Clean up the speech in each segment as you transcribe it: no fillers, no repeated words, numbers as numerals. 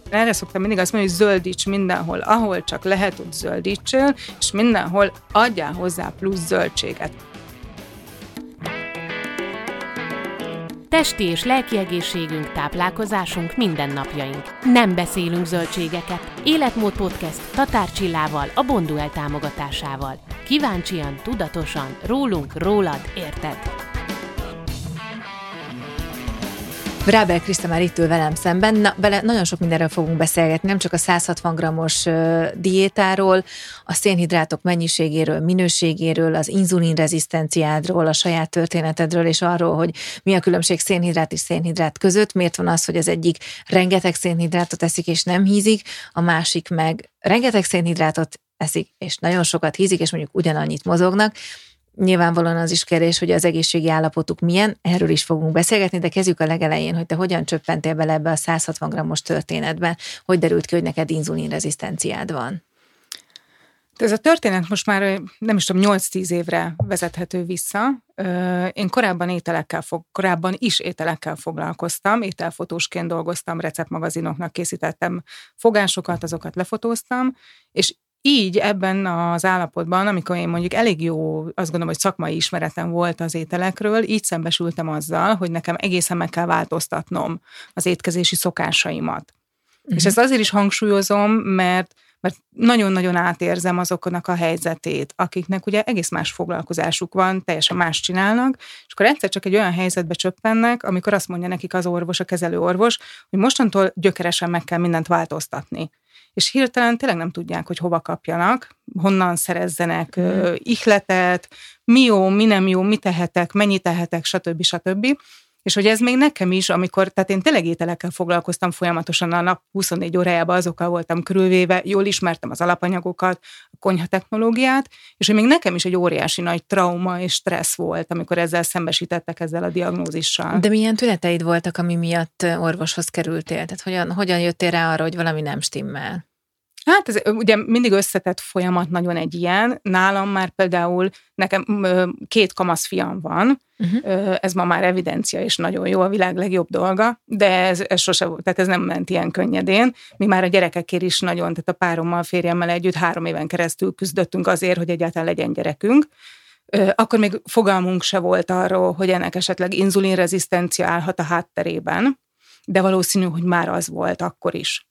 Erre szoktam mindig azt mondani, hogy zöldíts mindenhol, ahol csak lehet, ott zöldítsél, és mindenhol adjál hozzá plusz zöldséget. Testi és lelki egészségünk, táplálkozásunk, mindennapjaink. Nem beszélünk zöldségeket. Életmód Podcast Tatár Csillával, a Bonduel támogatásával. Kíváncsian, tudatosan, rólunk, rólad, érted. Vrábel Kriszta már itt ül velem szemben. Vele nagyon sok mindenről fogunk beszélgetni, nem csak a 160 g-os diétáról, a szénhidrátok mennyiségéről, minőségéről, az inzulinrezisztenciádról, a saját történetedről, és arról, hogy mi a különbség szénhidrát és szénhidrát között, miért van az, hogy az egyik rengeteg szénhidrátot eszik és nem hízik, a másik meg rengeteg szénhidrátot eszik és nagyon sokat hízik, és mondjuk ugyanannyit mozognak. Nyilvánvalóan az is kérdés, hogy az egészségi állapotuk milyen, erről is fogunk beszélgetni, de kezdjük a legelején, hogy te hogyan csöppentél bele ebbe a 160 g-os történetbe, hogy derült ki, hogy neked inzulinrezisztenciád van? Ez a történet most már nem is tudom, 8-10 évre vezethető vissza. Én korábban is ételekkel foglalkoztam, ételfotósként dolgoztam, receptmagazinoknak készítettem fogásokat, azokat lefotóztam, és így ebben az állapotban, amikor én mondjuk elég jó, azt gondolom, hogy szakmai ismeretem volt az ételekről, így szembesültem azzal, hogy nekem egészen meg kell változtatnom az étkezési szokásaimat. És ezt azért is hangsúlyozom, mert nagyon-nagyon átérzem azoknak a helyzetét, akiknek ugye egész más foglalkozásuk van, teljesen más csinálnak, és akkor egyszer csak egy olyan helyzetbe csöppennek, amikor azt mondja nekik az orvos, a kezelőorvos, hogy mostantól gyökeresen meg kell mindent változtatni. És hirtelen tényleg nem tudják, hogy hova kapjanak, honnan szerezzenek ihletet, mi jó, mi nem jó, mit tehetek, mennyit tehetek, stb. És hogy ez még nekem is, tehát én tényleg ételekkel foglalkoztam folyamatosan a nap 24 órájában, azokkal voltam körülvéve, jól ismertem az alapanyagokat, a konyhatechnológiát, és hogy még nekem is egy óriási nagy trauma és stressz volt, amikor ezzel szembesítettek ezzel a diagnózissal. De milyen tüneteid voltak, ami miatt orvoshoz kerültél? Tehát hogyan jöttél rá arra, hogy valami nem stimmel? Hát ez ugye mindig összetett folyamat nagyon egy ilyen. Nálam már például nekem 2 kamasz fiam van, ez ma már evidencia, és nagyon jó, a világ legjobb dolga, de ez sose volt, tehát ez nem ment ilyen könnyedén. Mi már a gyerekekért is nagyon, tehát a párommal, férjemmel együtt 3 éven keresztül küzdöttünk azért, hogy egyáltalán legyen gyerekünk. Akkor még fogalmunk se volt arról, hogy ennek esetleg inzulinrezisztencia állhat a hátterében, de valószínű, hogy már az volt akkor is.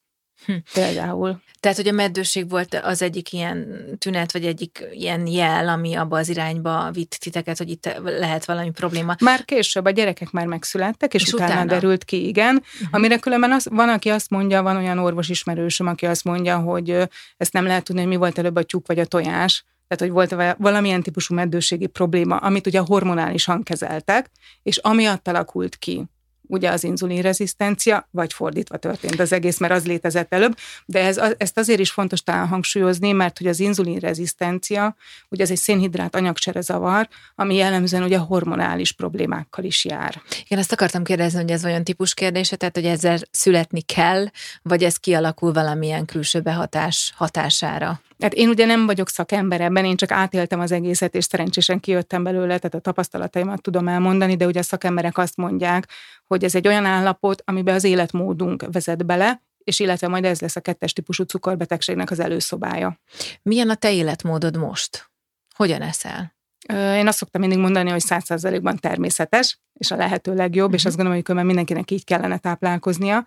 Például. Tehát, hogy a meddőség volt az egyik ilyen tünet, vagy egyik ilyen jel, ami abba az irányba vitt titeket, hogy itt lehet valami probléma. Már később a gyerekek már megszülettek, és utána derült ki, igen. Amire különben van, aki azt mondja, van olyan orvosismerősöm, aki azt mondja, hogy ezt nem lehet tudni, hogy mi volt előbb a tyúk vagy a tojás, tehát, hogy volt valamilyen típusú meddőségi probléma, amit ugye hormonálisan kezeltek, és amiatt alakult ki ugye az inzulinrezisztencia, vagy fordítva történt az egész, mert az létezett előbb, de ezt azért is fontos talán hangsúlyozni, mert hogy az inzulinrezisztencia, ugye ez egy szénhidrát anyagcsere zavar, ami jellemzően ugye hormonális problémákkal is jár. Igen, azt akartam kérdezni, hogy ez olyan típus kérdése, tehát hogy ezzel születni kell, vagy ez kialakul valamilyen külső behatás hatására? Hát én ugye nem vagyok szakember ebben, én csak átéltem az egészet, és szerencsésen kijöttem belőle, tehát a tapasztalataimat tudom elmondani, de ugye a szakemberek azt mondják, hogy ez egy olyan állapot, amiben az életmódunk vezet bele, és illetve majd ez lesz a 2-es típusú cukorbetegségnek az előszobája. Milyen a te életmódod most? Hogyan eszel? Én azt szoktam mindig mondani, hogy 100%-ban természetes, és a lehető legjobb, és azt gondolom, hogy mindenkinek így kellene táplálkoznia.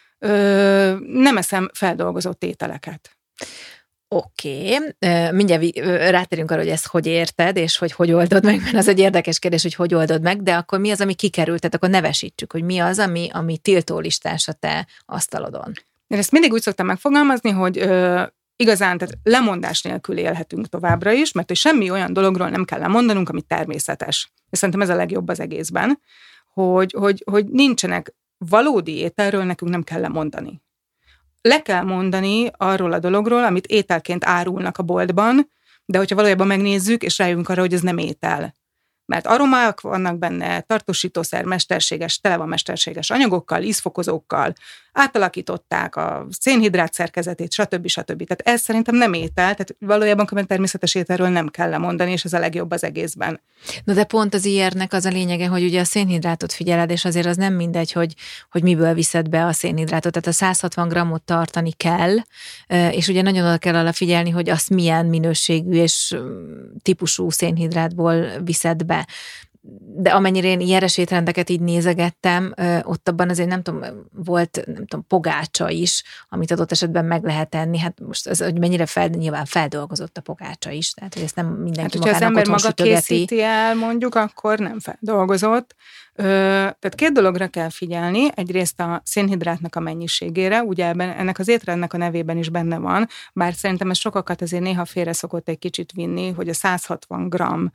Nem eszem feldolgozott ételeket. Oké. Mindjárt rátérünk arra, hogy ezt hogy érted, és hogy oldod meg, mert az egy érdekes kérdés, hogy oldod meg, de akkor mi az, ami kikerült, tehát akkor nevesítsük, hogy mi az, ami tiltólistás a te asztalodon. Én ezt mindig úgy szoktam megfogalmazni, hogy igazán, tehát lemondás nélkül élhetünk továbbra is, mert hogy semmi olyan dologról nem kell lemondanunk, ami természetes. És szerintem ez a legjobb az egészben, hogy nincsenek valódi ételről, nekünk nem kell lemondani. Le kell mondani arról a dologról, amit ételként árulnak a boltban, de hogyha valójában megnézzük, és rájövünk arra, hogy ez nem étel. Mert aromák vannak benne, tartósítószer, mesterséges, tele van mesterséges anyagokkal, ízfokozókkal, átalakították a szénhidrát szerkezetét, stb. Tehát ez szerintem nem étel, tehát valójában természetes ételről nem kell lemondani, és ez a legjobb az egészben. Na de pont az IR-nek az a lényege, hogy ugye a szénhidrátot figyeled, és azért az nem mindegy, hogy miből viszed be a szénhidrátot. Tehát a 160 grammot tartani kell, és ugye nagyon oda kell arra figyelni, hogy azt milyen minőségű és típusú szénhidrátból viszed be. De amennyire én ilyenes étrendeket így nézegettem, ott abban azért nem tudom, volt pogácsa is, amit adott esetben meg lehet enni. Hát most az, hogy mennyire nyilván feldolgozott a pogácsa is, tehát hogy ezt nem mindenki magának otthon az ember maga sütögeti. készíti el, mondjuk, akkor nem feldolgozott. Tehát két dologra kell figyelni. Egyrészt a szénhidrátnak a mennyiségére, ugye ennek az étrendnek a nevében is benne van, bár szerintem ez sokakat azért néha félre szokott egy kicsit vinni, hogy a 160 gramm,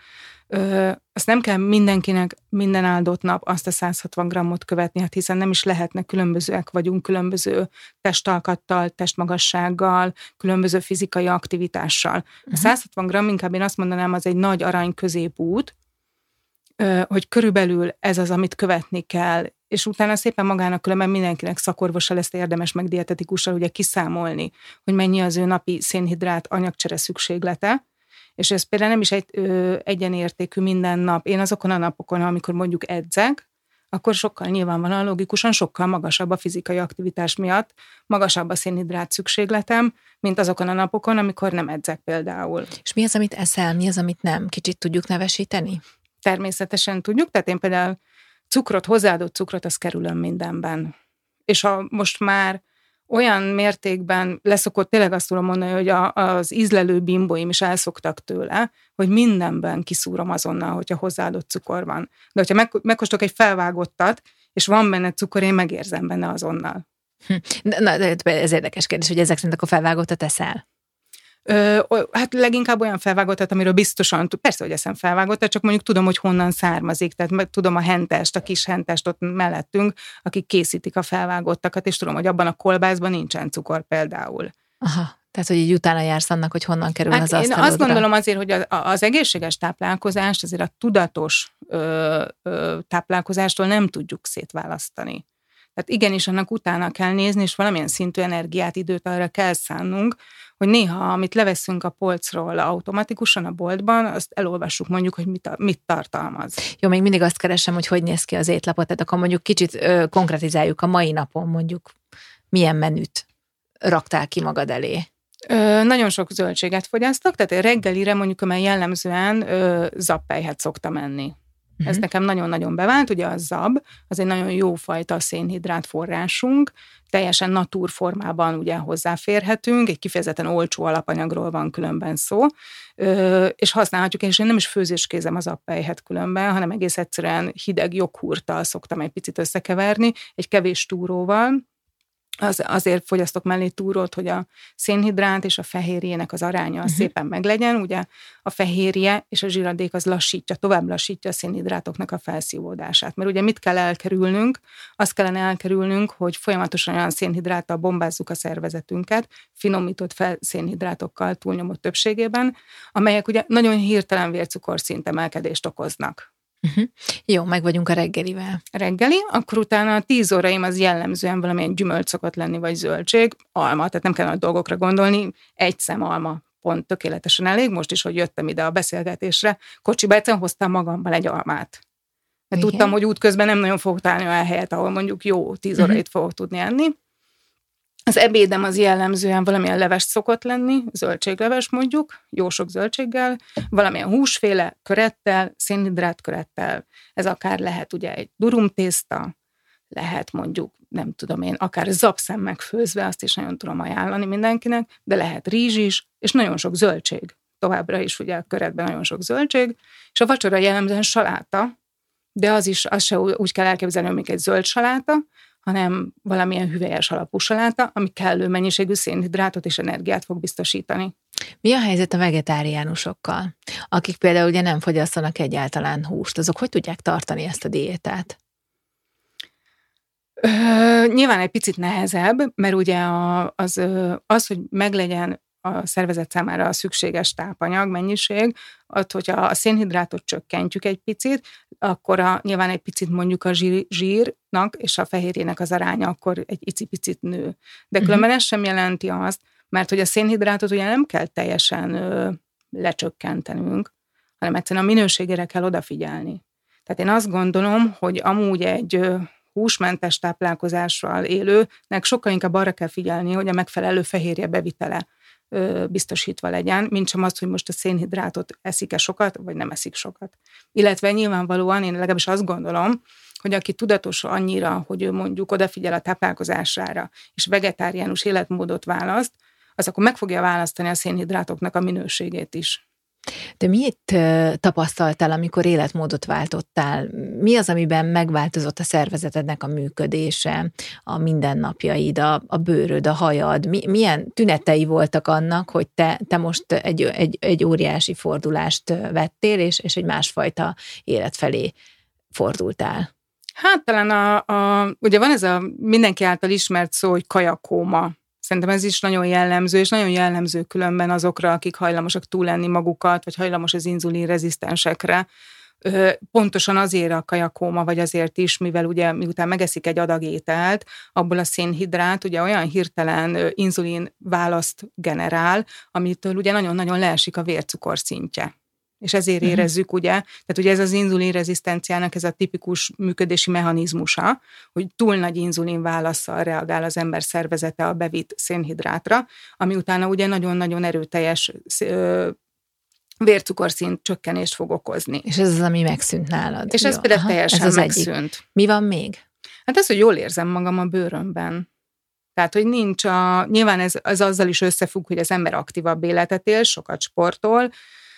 azt nem kell mindenkinek minden áldott nap azt a 160 grammot követni, hát hiszen nem is lehetne, különbözőek vagyunk, különböző testalkattal, testmagassággal, különböző fizikai aktivitással. A 160 gramm, inkább én azt mondanám, az egy nagy arany középút, hogy körülbelül ez az, amit követni kell, és utána szépen magának különben mindenkinek szakorvossal ezt érdemes meg dietetikussal ugye kiszámolni, hogy mennyi az ő napi szénhidrát anyagcsere szükséglete, és ez például nem is egyenértékű minden nap. Én azokon a napokon, amikor mondjuk edzek, akkor sokkal nyilvánvalóan logikusan sokkal magasabb a fizikai aktivitás miatt, magasabb a szénhidrát szükségletem, mint azokon a napokon, amikor nem edzek például. És mi az, amit eszel, mi az, amit nem? Kicsit tudjuk nevesíteni? Természetesen tudjuk, tehát én például hozzáadott cukrot, azt kerülöm mindenben. És ha most már olyan mértékben leszokott, tényleg azt tudom mondani, hogy az ízlelő bimbóim is elszoktak tőle, hogy mindenben kiszúrom azonnal, hogyha hozzáadott cukor van. De hogyha megkóstolok egy felvágottat, és van benne cukor, én megérzem benne azonnal. Na, ez érdekes kérdés, hogy ezek szerint akkor felvágottat eszel? Hát leginkább olyan felvágottat, amiről biztosan, persze, hogy eszem felvágottat, csak mondjuk tudom, hogy honnan származik, tehát tudom a hentest, a kis hentest ott mellettünk, akik készítik a felvágottakat, és tudom, hogy abban a kolbászban nincsen cukor például. Aha, tehát, hogy így utána jársz annak, hogy honnan kerül az asztalodra. Én azt gondolom azért, hogy az egészséges táplálkozást, azért a tudatos táplálkozástól nem tudjuk szétválasztani. Tehát igenis annak utána kell nézni, és valamilyen szintű energiát, időt arra kell szánnunk, hogy néha, amit leveszünk a polcról automatikusan a boltban, azt elolvassuk mondjuk, hogy mit tartalmaz. Jó, még mindig azt keresem, hogy néz ki az étlapot, tehát akkor mondjuk kicsit konkretizáljuk a mai napon, mondjuk milyen menüt raktál ki magad elé? Nagyon sok zöldséget fogyasztok, tehát reggelire mondjuk, amely jellemzően zappelyhet szoktam enni. Ez nekem nagyon-nagyon bevált, ugye a zab, az egy nagyon jó fajta szénhidrát forrásunk, teljesen natúr formában ugye hozzáférhetünk, egy kifejezetten olcsó alapanyagról van különben szó, és használhatjuk, és én nem is főzéskézem az zappelyhet különben, hanem egész egyszerűen hideg joghurttal szoktam egy picit összekeverni, egy kevés túróval. Azért fogyasztok mellé túrót, hogy a szénhidrát és a fehérjének az aránya szépen meglegyen. Ugye a fehérje és a zsíradék az tovább lassítja a szénhidrátoknak a felszívódását. Mert ugye mit kell elkerülnünk? Azt kellene elkerülnünk, hogy folyamatosan olyan szénhidráttal bombázzuk a szervezetünket, finomított szénhidrátokkal túlnyomott többségében, amelyek ugye nagyon hirtelen vércukorszint emelkedést okoznak. Jó, meg vagyunk a reggelivel. Reggeli, akkor utána a 10 óraim az jellemzően valamilyen gyümölcs szokott lenni, vagy zöldség, alma, tehát nem kell nagy dolgokra gondolni, egy szem alma pont tökéletesen elég, most is, hogy jöttem ide a beszélgetésre, kocsiba egyszerűen hoztam magammal egy almát. Mert tudtam, hogy útközben nem nagyon fogok találni olyan helyet, ahol mondjuk jó 10 órait fogok tudni enni. Az ebédem az jellemzően valamilyen leves szokott lenni, zöldségleves mondjuk, jó sok zöldséggel, valamilyen húsféle körettel, szénhidrát körettel, ez akár lehet ugye egy durumtészta, lehet mondjuk, nem tudom én, akár zabszem megfőzve, azt is nagyon tudom ajánlani mindenkinek, de lehet rizs is, és nagyon sok zöldség. Továbbra is ugye a köretben nagyon sok zöldség, és a vacsora jellemzően saláta, de az se úgy kell elképzelni, hogy még egy zöld saláta, hanem valamilyen hüvelyes alapú saláta, ami kellő mennyiségű szénhidrátot és energiát fog biztosítani. Mi a helyzet a vegetáriánusokkal, akik például ugye nem fogyasztanak egyáltalán húst? Azok hogy tudják tartani ezt a diétát? Nyilván egy picit nehezebb, mert ugye az, hogy meglegyen a szervezet számára a szükséges tápanyag mennyiség, hogyha a szénhidrátot csökkentjük egy picit, akkor nyilván egy picit mondjuk a zsírnak és a fehérjének az aránya akkor egy icipicit nő. De különben ez sem jelenti azt, mert hogy a szénhidrátot ugye nem kell teljesen lecsökkentenünk, hanem egyszerűen a minőségére kell odafigyelni. Tehát én azt gondolom, hogy amúgy egy húsmentes táplálkozással élőnek sokkal inkább arra kell figyelni, hogy a megfelelő fehérje bevitele biztosítva legyen, mint sem az, hogy most a szénhidrátot eszik-e sokat, vagy nem eszik sokat. Illetve nyilvánvalóan én legalábbis azt gondolom, hogy aki tudatos annyira, hogy ő mondjuk odafigyel a táplálkozására, és vegetáriánus életmódot választ, az akkor meg fogja választani a szénhidrátoknak a minőségét is. De mit tapasztaltál, amikor életmódot váltottál? Mi az, amiben megváltozott a szervezetednek a működése, a mindennapjaid, a bőröd, a hajad? Milyen tünetei voltak annak, hogy te most egy óriási fordulást vettél, és egy másfajta élet felé fordultál? Hát talán ugye van ez a mindenki által ismert szó, hogy kajakóma. Szerintem ez is nagyon jellemző, és nagyon jellemző különben azokra, akik hajlamosak túlenni magukat, vagy hajlamos az inzulinrezisztensekre. Pontosan azért a kajakóma, vagy azért is, mivel ugye miután megeszik egy adag ételt, abból a szénhidrát ugye olyan hirtelen inzulin választ generál, amitől ugye nagyon-nagyon leesik a vércukor szintje. És ezért érezzük, ugye, tehát ugye ez az inzulinrezisztenciának ez a tipikus működési mechanizmusa, hogy túl nagy inzulin válasszal reagál az ember szervezete a bevitt szénhidrátra, ami utána ugye nagyon-nagyon erőteljes vércukorszint csökkenést fog okozni. És ez az, ami megszűnt nálad. És ez például teljesen megszűnt. Egyik. Mi van még? Hát ez, hogy jól érzem magam a bőrömben. Tehát, hogy nincs nyilván ez azzal is összefügg, hogy az ember aktívabb életet él, sokat sportol,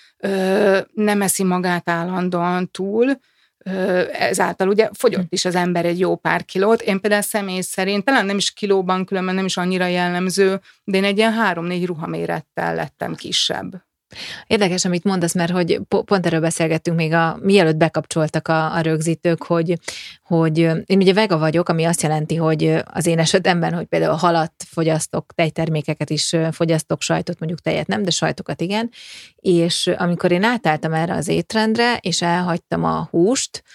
nem eszi magát állandóan túl, ezáltal ugye fogyott is az ember egy jó pár kilót. Én például személy szerint, talán nem is kilóban, különben nem is annyira jellemző, de én egy ilyen 3-4 ruhamérettel lettem kisebb. Érdekes, amit mondasz, mert hogy pont erről beszélgettünk még mielőtt bekapcsoltak a rögzítők, hogy én ugye vega vagyok, ami azt jelenti, hogy az én esetemben, hogy például halat fogyasztok, tejtermékeket is fogyasztok, sajtot, mondjuk tejet nem, de sajtokat igen, és amikor én átálltam erre az étrendre, és elhagytam a húst,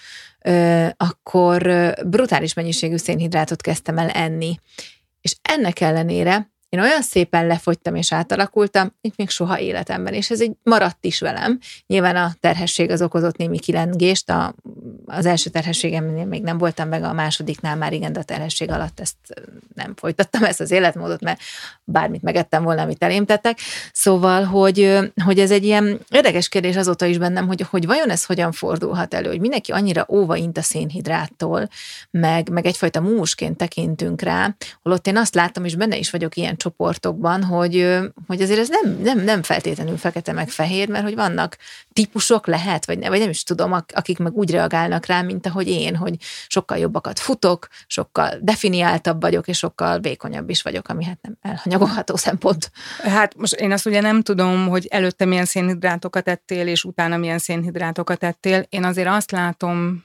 akkor brutális mennyiségű szénhidrátot kezdtem el enni. És ennek ellenére én olyan szépen lefogytam és átalakultam, mint még soha életemben, és ez így maradt is velem. Nyilván a terhesség az okozott némi kilengést, az első terhességemnél még nem voltam meg, a másodiknál már igen, de a terhesség alatt ezt nem folytattam, ezt az életmódot, mert bármit megettem volna, amit elém tettek. Szóval, hogy ez egy ilyen érdekes kérdés azóta is bennem, hogy vajon ez hogyan fordulhat elő, hogy mindenki annyira óvaint a szénhidráttól, meg egyfajta múmusként tekintünk rá, holott én azt látom, és benne is vagyok ilyen csoportokban, hogy azért ez nem feltétlenül fekete meg fehér, mert hogy vannak típusok lehet, vagy nem is tudom, akik meg úgy reagálnak rá, mint ahogy én, hogy sokkal jobbakat futok, sokkal definiáltabb vagyok, és sokkal vékonyabb is vagyok, ami hát nem elhanyagolható szempont. Hát most én azt ugye nem tudom, hogy előtte milyen szénhidrátokat ettél, és utána milyen szénhidrátokat ettél. Én azért azt látom,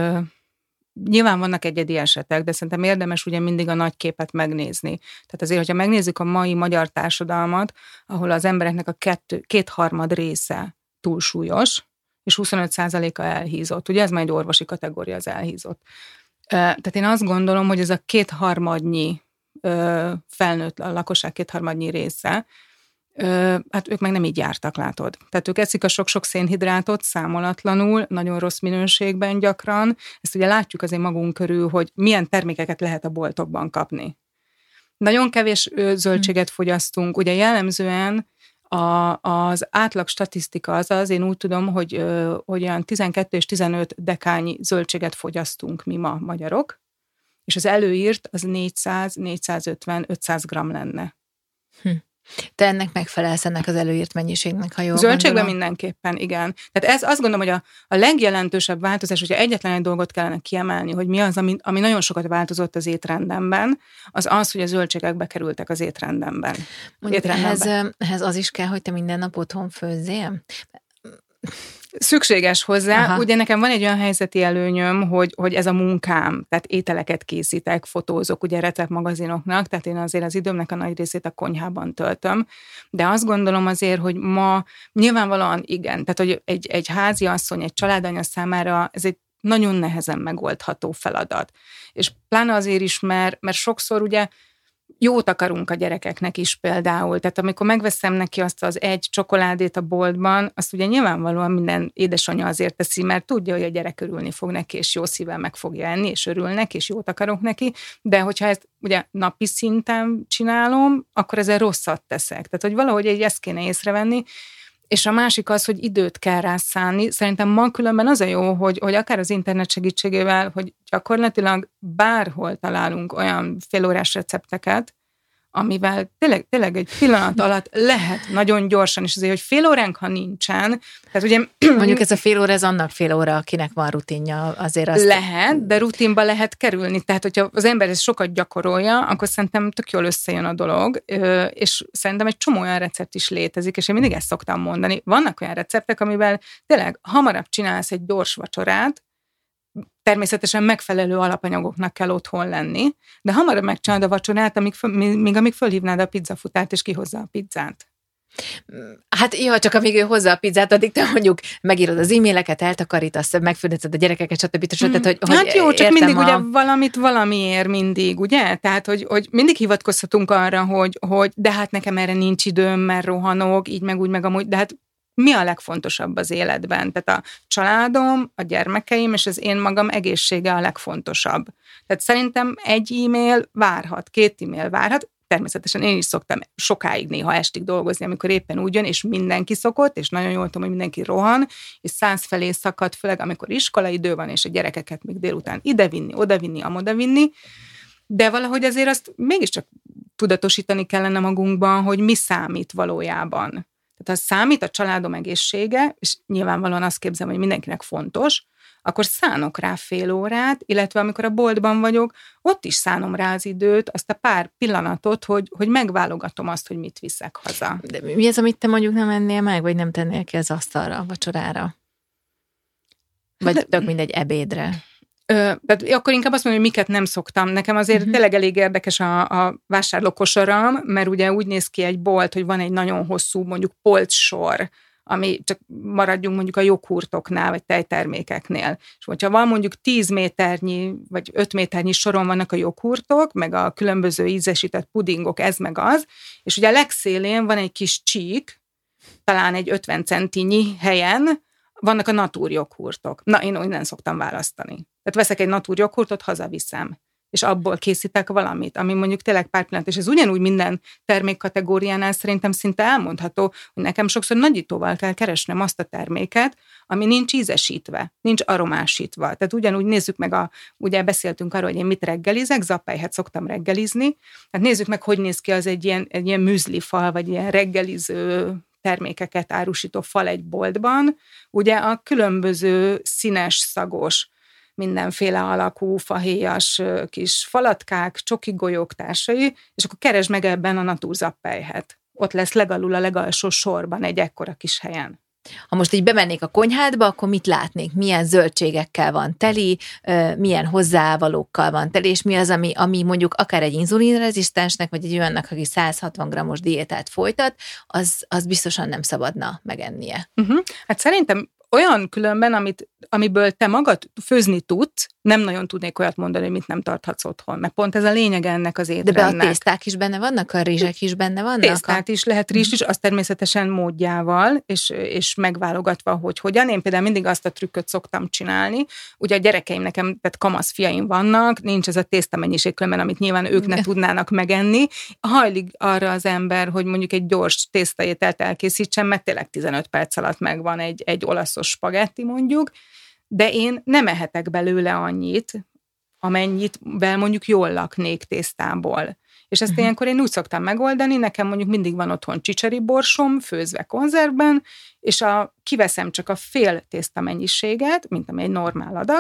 nyilván vannak egyedi esetek, de szerintem érdemes ugye mindig a nagy képet megnézni. Tehát azért, hogyha megnézzük a mai magyar társadalmat, ahol az embereknek a kétharmad része túlsúlyos, és 25%-a elhízott. Ugye ez már egy orvosi kategória, az elhízott. Tehát én azt gondolom, hogy ez a kétharmadnyi felnőtt, a lakosság kétharmadnyi része, hát ők meg nem így jártak, látod. Tehát ők eszik a sok-sok szénhidrátot számolatlanul, nagyon rossz minőségben gyakran. Ezt ugye látjuk azért magunk körül, hogy milyen termékeket lehet a boltokban kapni. Nagyon kevés zöldséget fogyasztunk. Ugye jellemzően az átlag statisztika az, én úgy tudom, hogy olyan 12 és 15 dekányi zöldséget fogyasztunk mi ma magyarok, és az előírt az 400, 450, 500 g lenne. Te ennek megfelelsz, ennek az előírt mennyiségnek, ha jól zöldségben gondolom. Mindenképpen, igen. Tehát ez azt gondolom, hogy a legjelentősebb változás, hogyha egyetlen egy dolgot kellene kiemelni, hogy mi az, ami nagyon sokat változott az étrendemben, az, hogy a zöldségek bekerültek az étrendemben. Mondjuk ehhez az is kell, hogy te minden nap otthon főzzél? Szükséges hozzá. Ugye nekem van egy olyan helyzeti előnyöm, hogy ez a munkám, tehát ételeket készítek, fotózok ugye receptmagazinoknak, tehát én azért az időmnek a nagy részét a konyhában töltöm, de azt gondolom azért, hogy ma nyilvánvalóan igen, tehát hogy egy háziasszony, egy családanya számára ez egy nagyon nehezen megoldható feladat. És pláne azért is, mert sokszor ugye jót akarunk a gyerekeknek is például. Tehát amikor megveszem neki azt az egy csokoládét a boltban, azt ugye nyilvánvalóan minden édesanyja azért teszi, mert tudja, hogy a gyerek örülni fog neki, és jó szívvel meg fogja enni, és örül neki, és jót akarok neki, de hogyha ezt ugye napi szinten csinálom, akkor ezzel rosszat teszek. Tehát, hogy valahogy ezt kéne észrevenni, és a másik az, hogy időt kell rá szánni. Szerintem ma különben az a jó, hogy akár az internet segítségével, hogy gyakorlatilag bárhol találunk olyan félórás recepteket, amivel tényleg egy pillanat alatt lehet nagyon gyorsan, és azért, hogy fél óránk, ha nincsen, tehát ugye... Mondjuk ez a fél óra, ez annak fél óra, akinek van rutinja, azért azt... Lehet, de rutinba lehet kerülni, tehát hogyha az ember ezt sokat gyakorolja, akkor szerintem tök jól összejön a dolog, és szerintem egy csomó olyan recept is létezik, és én mindig ezt szoktam mondani. Vannak olyan receptek, amivel tényleg hamarabb csinálsz egy gyors vacsorát, természetesen megfelelő alapanyagoknak kell otthon lenni, de hamarabb megcsinálod a vacsorát, amíg fölhívnád a pizzafutárt, és kihozza a pizzát. Hát jó, csak amíg ő hozza a pizzát, addig te mondjuk megírod az e-maileket, eltakarítasz, megfürdeted a gyerekeket, stb. Tehát, hogy hát jó, csak mindig ugye valamit valamiért mindig, ugye? Tehát, hogy mindig hivatkozhatunk arra, hogy de hát nekem erre nincs időm, mert rohanok, így meg úgy meg amúgy, de hát mi a legfontosabb az életben? Tehát a családom, a gyermekeim és az én magam egészsége a legfontosabb. Tehát szerintem egy e-mail várhat, 2 e-mail várhat. Természetesen én is szoktam sokáig néha estig dolgozni, amikor éppen úgy jön, és mindenki szokott, és nagyon jól tudom, hogy mindenki rohan, és 100 felé szakad, főleg amikor iskolaidő van, és a gyerekeket még délután idevinni, odavinni, amodavinni. De valahogy azért azt mégiscsak tudatosítani kellene magunkban, hogy mi számít valójában. Tehát ha számít a családom egészsége, és nyilvánvalóan azt képzelem, hogy mindenkinek fontos, akkor szánok rá fél órát, illetve amikor a boltban vagyok, ott is szánom rá az időt, azt a pár pillanatot, hogy megválogatom azt, hogy mit viszek haza. De mi az, amit te mondjuk nem ennél meg, vagy nem tennél ki az asztalra, a vacsorára? Vagy tök mindegy ebédre? Tehát akkor inkább azt mondom, hogy miket nem szoktam. Nekem azért tényleg elég érdekes a vásárlókosaram, mert ugye úgy néz ki egy bolt, hogy van egy nagyon hosszú, mondjuk polcsor, ami csak maradjunk mondjuk a joghurtoknál, vagy tejtermékeknél. És hogyha van mondjuk 10 méternyi, vagy 5 méternyi soron vannak a joghurtok, meg a különböző ízesített pudingok, ez meg az, és ugye a legszélén van egy kis csík, talán egy 50 centinyi helyen, vannak a natúr joghurtok. Na, én innen szoktam választani. Tehát veszek egy natúr joghurtot, hazaviszem, és abból készítek valamit, ami mondjuk tényleg pár pillanat, és ez ugyanúgy minden termékkategóriánál szerintem szinte elmondható, hogy nekem sokszor nagyítóval kell keresnem azt a terméket, ami nincs ízesítve, nincs aromásítva. Tehát ugyanúgy nézzük meg, ugye beszéltünk arról, hogy én mit reggelizek, zappelyhet szoktam reggelizni, tehát nézzük meg, hogy néz ki az egy ilyen műzlifal, vagy ilyen reggeliző termékeket árusító fal egy boltban. Ugye a különböző színes, szagos, mindenféle alakú, fahéjas kis falatkák, csokigolyók társai, és akkor keresd meg ebben a natúrzappelyhet. Ott lesz legalul a legalsó sorban egy ekkora kis helyen. Ha most így bemennék a konyhádba, akkor mit látnék? Milyen zöldségekkel van teli, milyen hozzávalókkal van teli, és mi az, ami mondjuk akár egy inzulinrezisztensnek, vagy egy olyannak, aki 160 g-os diétát folytat, az biztosan nem szabadna megennie. Hát szerintem olyan különben, amiből te magad főzni tudsz, nem nagyon tudnék olyat mondani, hogy mit nem tarthatsz otthon, mert pont ez a lényeg ennek az étrendnek. De be a tészták is benne vannak, a rizsek is benne vannak? Tésztát is, lehet rizs is, az természetesen módjával, és megválogatva, hogy hogyan. Én például mindig azt a trükköt szoktam csinálni. Ugye a gyerekeim nekem, tehát kamasz fiaim vannak, nincs ez a tésztamennyiség különben, amit nyilván ők ne tudnának megenni. Hajlik arra az ember, hogy mondjuk egy gyors tésztaételt elkészítsen, mert tényleg 15 perc alatt megvan egy olaszos spagetti mondjuk, de én nem ehetek belőle annyit, amennyivel mondjuk jól laknék tésztából. És ezt ilyenkor én úgy szoktam megoldani, nekem mondjuk mindig van otthon csicseri borsom, főzve konzervben, és kiveszem csak a fél tészta mennyiséget, mint ami egy normál adag,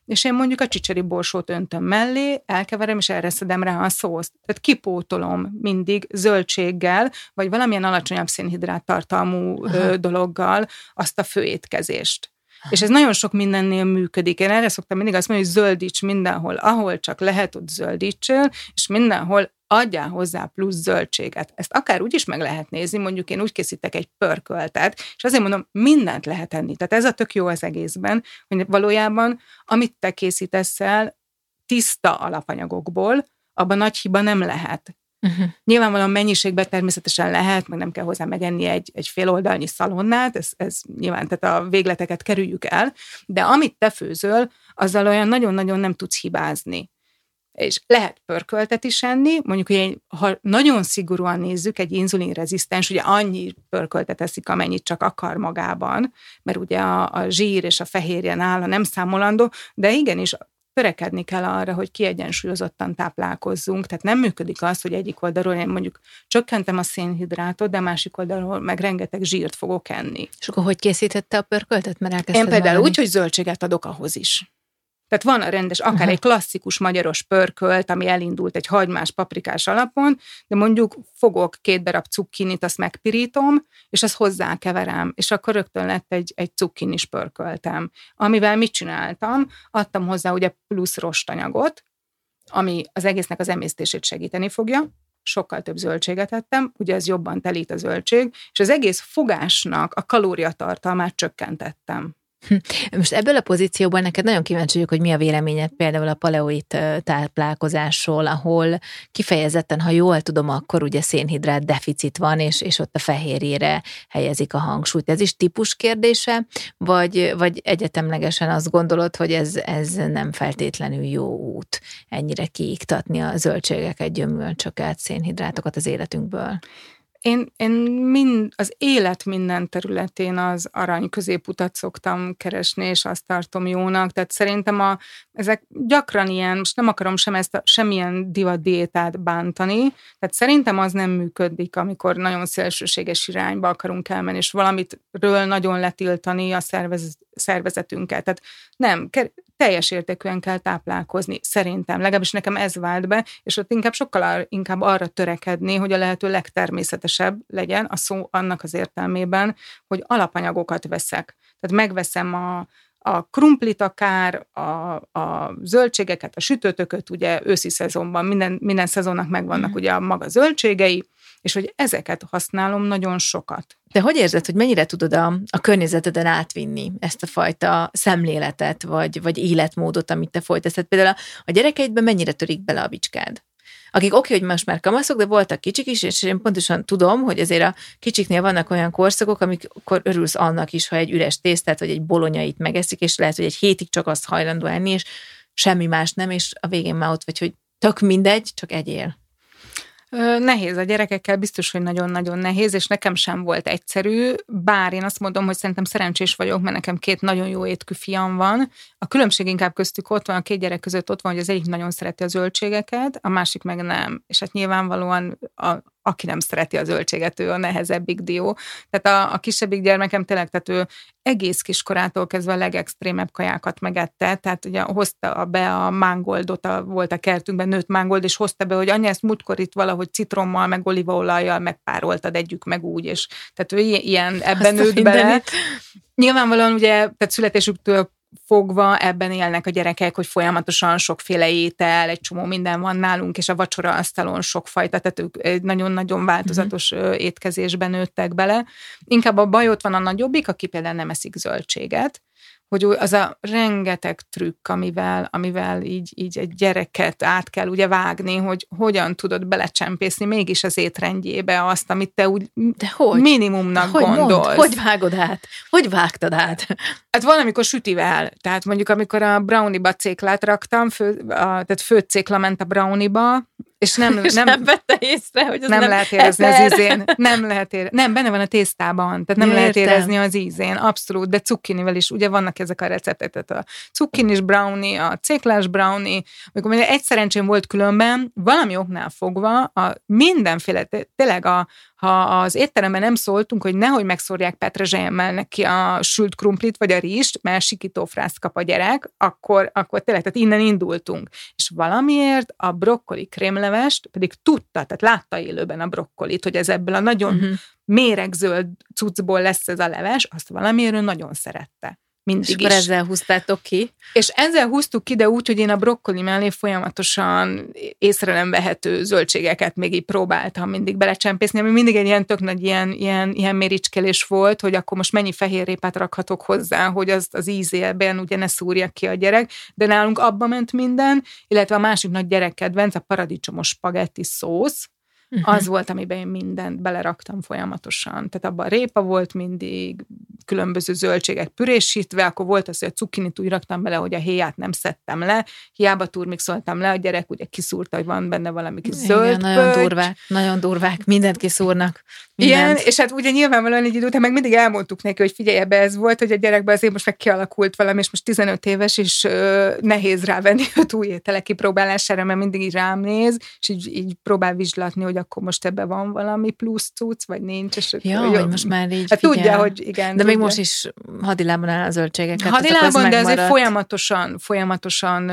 és én mondjuk a csicseri borsót öntöm mellé, elkeverem, és erre szedem rá a szószt. Tehát kipótolom mindig zöldséggel, vagy valamilyen alacsonyabb szénhidrát tartalmú dologgal azt a főétkezést. És ez nagyon sok mindennél működik. Én erre szoktam mindig azt mondani, hogy zöldíts mindenhol, ahol csak lehet, ott zöldítsél, és mindenhol adjál hozzá plusz zöldséget. Ezt akár úgy is meg lehet nézni, mondjuk én úgy készítek egy pörköltet, és azért mondom, mindent lehet enni. Tehát ez a tök jó az egészben, hogy valójában, amit te készítesz el tiszta alapanyagokból, abban nagy hiba nem lehet. Nyilvánvalóan mennyiségben természetesen lehet, meg nem kell hozzá megenni egy fél oldalnyi szalonnát, ez nyilván, tehát a végleteket kerüljük el, de amit te főzöl, azzal olyan nagyon-nagyon nem tudsz hibázni. És lehet pörköltet is enni, mondjuk, hogy ha nagyon szigorúan nézzük, egy inzulinrezisztens, ugye annyi pörköltet eszik, amennyit csak akar magában, mert ugye a zsír és a fehérje nála nem számolandó, de igenis törekedni kell arra, hogy kiegyensúlyozottan táplálkozzunk, tehát nem működik az, hogy egyik oldalról én mondjuk csökkentem a szénhidrátot, de másik oldalról meg rengeteg zsírt fogok enni. És akkor hogy készítette a pörköltet? Mert én például úgy, hogy zöldséget adok ahhoz is. Tehát van a rendes, akár egy klasszikus magyaros pörkölt, ami elindult egy hagymás, paprikás alapon, de mondjuk fogok 2 darab cukkinit, azt megpirítom, és azt hozzákeverem, és akkor rögtön lett egy cukkinis pörköltem. Amivel mit csináltam? Adtam hozzá ugye plusz rostanyagot, ami az egésznek az emésztését segíteni fogja, sokkal több zöldséget ettem, ugye ez jobban telít a zöldség, és az egész fogásnak a kalóriatartalmát csökkentettem. Most ebből a pozícióból neked nagyon kíváncsi vagyok, hogy mi a véleményed például a paleoit táplálkozásról, ahol kifejezetten, ha jól tudom, akkor ugye szénhidrát deficit van, és ott a fehérjére helyezik a hangsúlyt. Ez is típus kérdése, vagy egyetemlegesen azt gondolod, hogy ez nem feltétlenül jó út ennyire kiiktatni a zöldségeket, gyümölcsöket, szénhidrátokat az életünkből? Én az élet minden területén az arany középutat szoktam keresni, és azt tartom jónak. Tehát szerintem ezek gyakran ilyen, most nem akarom semmilyen divatdiétát bántani, tehát szerintem az nem működik, amikor nagyon szélsőséges irányba akarunk elmenni, és valamitről nagyon letiltani a szervezetünket. Tehát nem, teljes értékűen kell táplálkozni, szerintem. Legalábbis nekem ez vált be, és ott sokkal inkább arra törekedni, hogy a lehető legtermészetesebb legyen a szó annak az értelmében, hogy alapanyagokat veszek. Tehát megveszem a krumplit akár, a zöldségeket, a sütőtököt, ugye őszi szezonban, minden szezonnak megvannak ugye a maga zöldségei, és hogy ezeket használom nagyon sokat. De hogy érzed, hogy mennyire tudod a környezeteden átvinni ezt a fajta szemléletet, vagy életmódot, amit te folytasz? Tehát például a gyerekeidben mennyire törik bele a bicskád? Akik hogy most már kamaszok, de voltak kicsik is, és én pontosan tudom, hogy azért a kicsiknél vannak olyan korszakok, amikor örülsz annak is, ha egy üres tésztát, vagy egy bolonyait megeszik, és lehet, hogy egy hétig csak azt hajlandó enni, és semmi más nem, és a végén már ott vagy, hogy tök mindegy, csak egyél. Nehéz a gyerekekkel, biztos, hogy nagyon-nagyon nehéz, és nekem sem volt egyszerű, bár én azt mondom, hogy szerintem szerencsés vagyok, mert nekem 2 nagyon jó étkű fiam van. A különbség inkább köztük ott van, a 2 gyerek között ott van, hogy az egyik nagyon szereti a zöldségeket, a másik meg nem. És hát nyilvánvalóan aki nem szereti a zöldséget, ő a nehezebbik dió. Tehát a kisebbik gyermekem tényleg, tehát ő egész kiskorától kezdve a legextrémebb kajákat megette, tehát ugye hozta be a mángoldot, volt a kertünkben nőtt mángold, és hozta be, hogy anya, ezt múltkor itt valahogy citrommal, meg olívaolajjal megpároltad, együk meg úgy, és tehát ő ilyen ebben nőtt bele. Nyilvánvalóan ugye, tehát születésüktől fogva ebben élnek a gyerekek, hogy folyamatosan sokféle étel, egy csomó minden van nálunk, és a vacsora asztalon sokfajta, tehát ők nagyon-nagyon változatos étkezésben nőttek bele. Inkább a baj ott van a nagyobbik, aki például nem eszik zöldséget, hogy az a rengeteg trükk, amivel így egy gyereket át kell ugye vágni, hogy hogyan tudod belecsempészni mégis az étrendjébe azt, amit te úgy minimumnak gondolsz. Hogy vágod át? Hogy vágtad át? Hát valamikor sütivel, tehát mondjuk amikor a brownie-ba céklát raktam, tehát főtt cékla ment a brownie-ba, és nem vette észre, hogy az nem lehet érezni az ízén. Nem, benne van a tésztában, tehát nem lehet érezni az ízén, abszolút, de cukkinivel is, ugye vannak ezek a receptek, tehát a cukkinis brownie, a céklás brownie, amikor egy szerencsém volt különben, valami oknál fogva, mindenféle, tényleg ha az étteremben nem szóltunk, hogy nehogy megszórják petrezselyemmel neki a sült krumplit vagy a rizst, mert sikítófrászt kap a gyerek, akkor tényleg, tehát innen indultunk. És valamiért a brokkoli krémlevest pedig tudta, tehát látta élőben a brokkolit, hogy ez ebből a nagyon méregzöld cuccból lesz ez a leves, azt valamiért ő nagyon szerette. Mindig és akkor ezzel húztátok ki? És ezzel húztuk ki, de úgy, hogy én a brokkoli mellé folyamatosan észre nem vehető zöldségeket még így próbáltam mindig belecsempészni, ami mindig egy ilyen tök nagy ilyen méricskelés volt, hogy akkor most mennyi fehérrépát rakhatok hozzá, hogy azt az ízében ugye ne szúrja ki a gyerek, de nálunk abba ment minden, illetve a másik nagy gyerekkedvenc, a paradicsomos spagetti szósz, az volt, amiben én mindent beleraktam folyamatosan. Tehát abban répa volt mindig, különböző zöldségek pürésítve, akkor volt az, hogy a cukkinit úgy raktam bele, hogy a héját nem szedtem le, hiába turmixoltam le, a gyerek ugye kiszúrta, hogy van benne valami kis zöld pötty. Nagyon durvák, mindent kiszúrnak. Mindent. Igen, és hát ugye nyilvánvalóan egy idő után meg mindig elmondtuk neki, hogy figyelj, ebbe ez volt, hogy a gyerekben azért most meg kialakult valami, és most 15 éves, és nehéz rávenni őt új ételek kipróbálására, mert mindig így rám néz, és így próbál vizslatni, hogy akkor most ebben van valami plusz cucc, vagy nincs. És hogy most már így hát tudja, hogy igen. De még most is hadilában áll a zöldségeket. Hadilában, de azért folyamatosan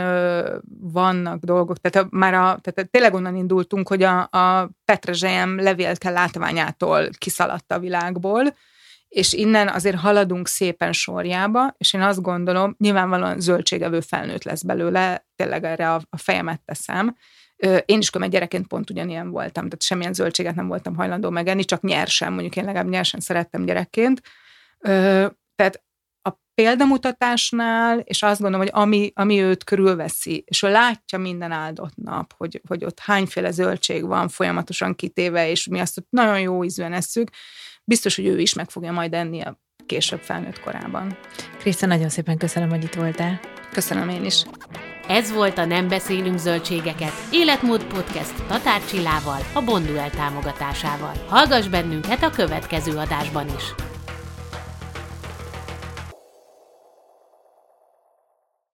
vannak dolgok. Tehát tényleg onnan indultunk, hogy a petrezselyem levélke látványától kiszaladt a világból, és innen azért haladunk szépen sorjába, és én azt gondolom, nyilvánvalóan zöldségevő felnőtt lesz belőle, tényleg erre a fejemet teszem. Én is gyerekként pont ugyanilyen voltam, tehát semmilyen zöldséget nem voltam hajlandó megenni, csak nyersen, mondjuk én legalább nyersen szerettem gyerekként. Tehát a példamutatásnál, és azt gondolom, hogy ami őt körülveszi, és ő látja minden áldott nap, hogy ott hányféle zöldség van folyamatosan kitéve, és mi azt ott nagyon jó ízűen esszük, biztos, hogy ő is meg fogja majd enni a később felnőtt korában. Kriszta, nagyon szépen köszönöm, hogy itt voltál. Köszönöm én is. Ez volt a Nem beszélünk zöldségeket, Életmód Podcast Tatár Csillával, a Bonduelle támogatásával. Hallgass bennünket a következő adásban is!